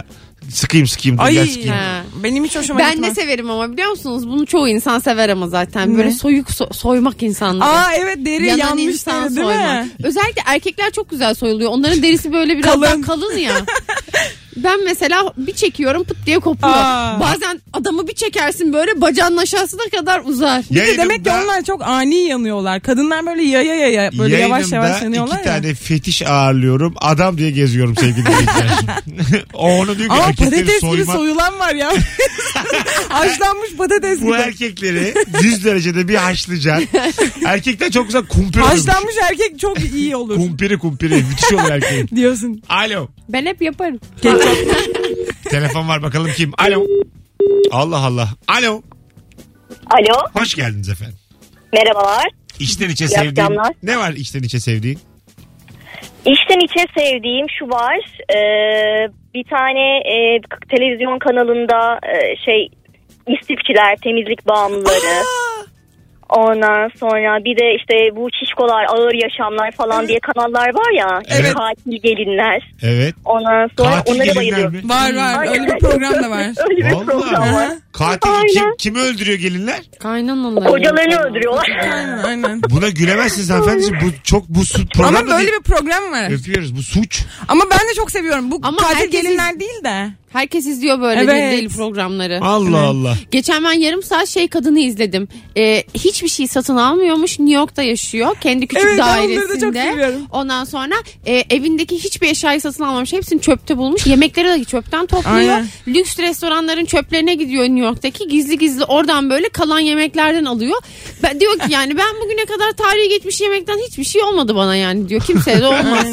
Sıkayım dur Ay gel sıkayım. benim hiç hoşuma Ben gitmez. de severim ama biliyor musunuz? Bunu çoğu insan sever ama zaten. Böyle soyuk soymak insanları. Aa evet, deri Yanan yanmış insan deri, değil soymak. mi? Özellikle erkekler çok güzel soyuluyor. Onların derisi böyle biraz daha kalın ya. Ben mesela bir çekiyorum pıt diye kopuyor. Bazen adamı bir çekersin böyle bacağının aşağısına kadar uzar. Bir de demek ki onlar çok ani yanıyorlar. Kadınlar böyle yaya böyle yavaş yavaş yanıyorlar iki ya. tane fetiş ağırlıyorum. Adam diye geziyorum sevgili dinleyiciler. O onu diyor ki Ama erkekleri patates soymak. gibi soyulan var ya. Haşlanmış patates gibi. Bu erkekleri 100 derecede bir haşlayacaksın. Erkekten çok güzel kumpir Haşlanmış erkek çok iyi olur. Kumpiri müthiş olur erkeğin. Diyorsun. Alo. Ben hep yaparım. Telefon var bakalım kim? Alo. Allah Allah. Alo. Alo. Hoş geldiniz efendim. Merhabalar. İçten içe İyi sevdiğin. akşamlar. Ne var içten içe sevdiğin? İçten içe sevdiğim şu var. Bir tane televizyon kanalında istifçiler, temizlik bağımlıları. Ondan sonra bir de işte bu şişkolar, ağır yaşamlar falan diye kanallar var ya. Evet. Katil gelinler. Evet. Ondan sonra Katil onlara gelinler bayılıyorum. mi? Var öyle bir program da var. Öyle bir Vallahi. program var. Katil Aynen. kimi öldürüyor gelinler? Kaynanaları. Kocalarını öldürüyorlar. Aynen. Buna gülemezsiniz hanımefendiciğim. Bu program Ama böyle bir program var. Öpüyoruz bu suç. Ama ben de çok seviyorum. Bu Ama katil herkes gelinler değil de. Herkes izliyor böyle Evet. deli programları. Allah Allah. Geçen ben yarım saat kadını izledim. Hiçbir şey satın almıyormuş. New York'ta yaşıyor. Kendi küçük Evet, ben onları da dairesinde. çok seviyorum. Ondan sonra evindeki hiçbir eşyayı satın almamış. Hepsini çöpte bulmuş. Yemekleri de çöpten topluyor. Aynen. Lüks restoranların çöplerine gidiyor New York'taki. Gizli gizli oradan böyle kalan yemeklerden alıyor. Ben diyor ki yani ben bugüne kadar tarihi geçmiş yemekten hiçbir şey olmadı bana yani diyor. Kimseye de olmaz.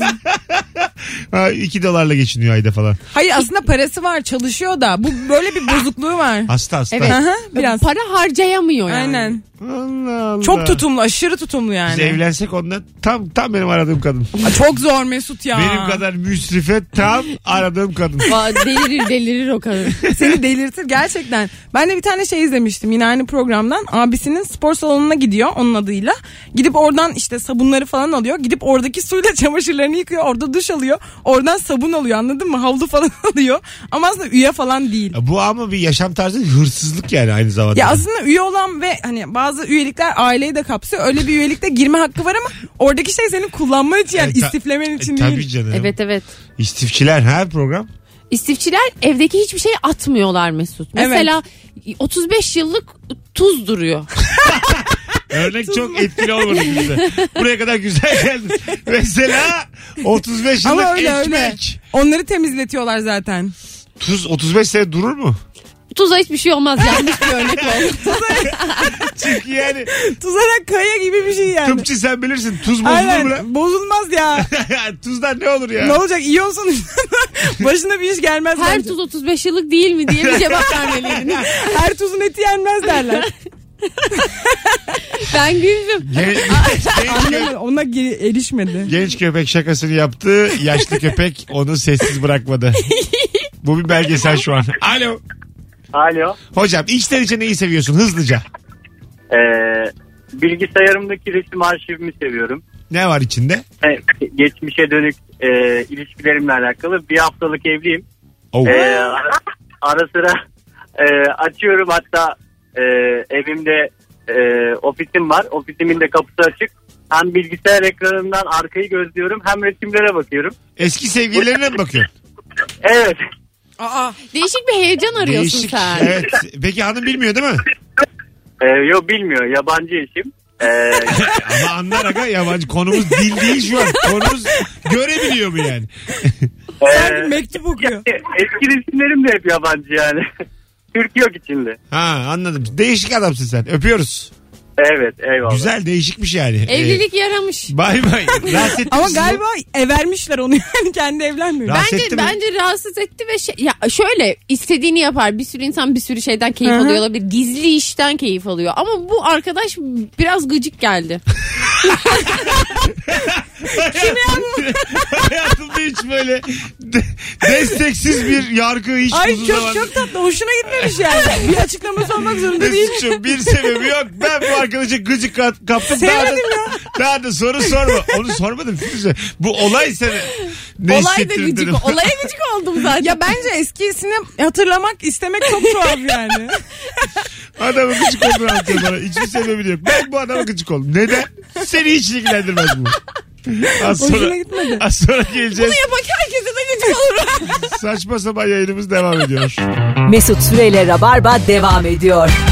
$2 geçiniyor ayda falan. Hayır aslında parası var, çalışıyor da. Bu böyle bir bozukluğu var. Hasta. Evet. Aha, biraz. Para harcayamıyor yani. Aynen. Allah Allah. Çok tutumlu, aşırı tutumlu yani. Biz evlensek ondan tam benim aradığım kadın. Çok zor Mesut ya. Benim kadar müsrife tam aradığım kadın. Delirir o kadın. Seni delirtir gerçekten. Ben de bir tane izlemiştim yine aynı programdan. Abisinin spor salonuna gidiyor onun adıyla. Gidip oradan işte sabunları falan alıyor. Gidip oradaki suyla çamaşırlarını yıkıyor. Orada duş alıyor. Oradan sabun alıyor, anladın mı? Havlu falan alıyor. Ama aslında üye falan değil. Bu ama bir yaşam tarzı, hırsızlık yani aynı zamanda. Ya aslında üye olan ve hani bazı üyelikler aileyi de kapsıyor. Öyle bir üyelikte girme hakkı var ama oradaki senin kullanman için yani istiflemen için değil. Tabii canım. Evet. İstifçiler program. İstifçiler evdeki hiçbir şeyi atmıyorlar Mesut. Mesela 35 yıllık tuz duruyor. Örnek çok etkili olmadı bizde. Buraya kadar güzel geldi. Mesela 35 yıllık ama öyle. ekmek. Onları temizletiyorlar zaten. Tuz 35 sene durur mu? Tuza hiçbir şey olmaz. Yanlış bir örnek oldu. Çünkü yani. Tuzarak kaya gibi bir şey yani. Tıpçı sen bilirsin. Tuz bozulur mu lan? Bozulmaz ya. Tuzdan ne olur ya? Ne olacak? İyon sonuçta. Başına bir iş gelmez. Her bence. tuz 35 yıllık değil mi diye bir cevap vermeliydin. Her tuzun eti yenmez derler. Ben güldüm. Anlamadım. Ona erişmedi. Genç köpek şakasını yaptı. Yaşlı köpek onu sessiz bırakmadı. Bu bir belgesel şu an. Alo. Alo. Hocam içten içe neyi seviyorsun hızlıca? Bilgisayarımdaki resim arşivimi seviyorum. Ne var içinde? Geçmişe dönük ilişkilerimle alakalı. Bir haftalık evliyim. Oh. Ara sıra açıyorum, hatta evimde ofisim var. Ofisimin de kapısı açık. Hem bilgisayar ekranından arkayı gözlüyorum hem resimlere bakıyorum. Eski sevgililerine mi bakıyorsun? Evet. Değişik bir heyecan arıyorsun sen. Evet. Peki hanım bilmiyor değil mi? Yok, bilmiyor. Yabancı eşim. Ama anlar aga, yabancı. Konumuz dil değil şu an. Konumuz görebiliyor mu yani? Sanki mektup okuyor. Eski resimlerim de hep yabancı yani. Türk yok içinde. Ha, anladım. Değişik adamsın sen. Öpüyoruz. Evet, eyvallah. Güzel, değişikmiş yani. Evlilik yaramış. Bay bay. Rahatsız Ama etmişsin galiba evermişler onu yani, kendi evlenmiyor. Bence rahatsız etti ve ya şöyle istediğini yapar. Bir sürü insan bir sürü şeyden keyif alıyor olabilir. Gizli işten keyif alıyor. Ama bu arkadaş biraz gıcık geldi. Hayatımda hiç böyle desteksiz bir yargı hiç Ay uzun çok zaman. çok tatlı. Hoşuna gitmemiş yani. Bir açıklaması olmak zorunda değil. Mesut'cum bir sebebi yok. Ben bu arkadaşa gıcık kaptım. Daha da soru sorma. Onu sormadım Firuze. Bu olay seni ne Olay da hissettirdi? gıcık. Olaya gıcık oldum zaten. Ya bence eskisini hatırlamak istemek çok tuhaf yani. Adamı gıcık olduğunu anlatıyor bana. Hiçbir sebebi yok. Ben bu adama gıcık oldum. Neden? Seni hiç ilgilendirmez bu. Hoşuna gitmedi. Az sonra geleceğiz. Bunu yapan herkese de gıcık olur. Saçma sapan yayınımız devam ediyor. Mesut Süreyle Rabarba devam ediyor.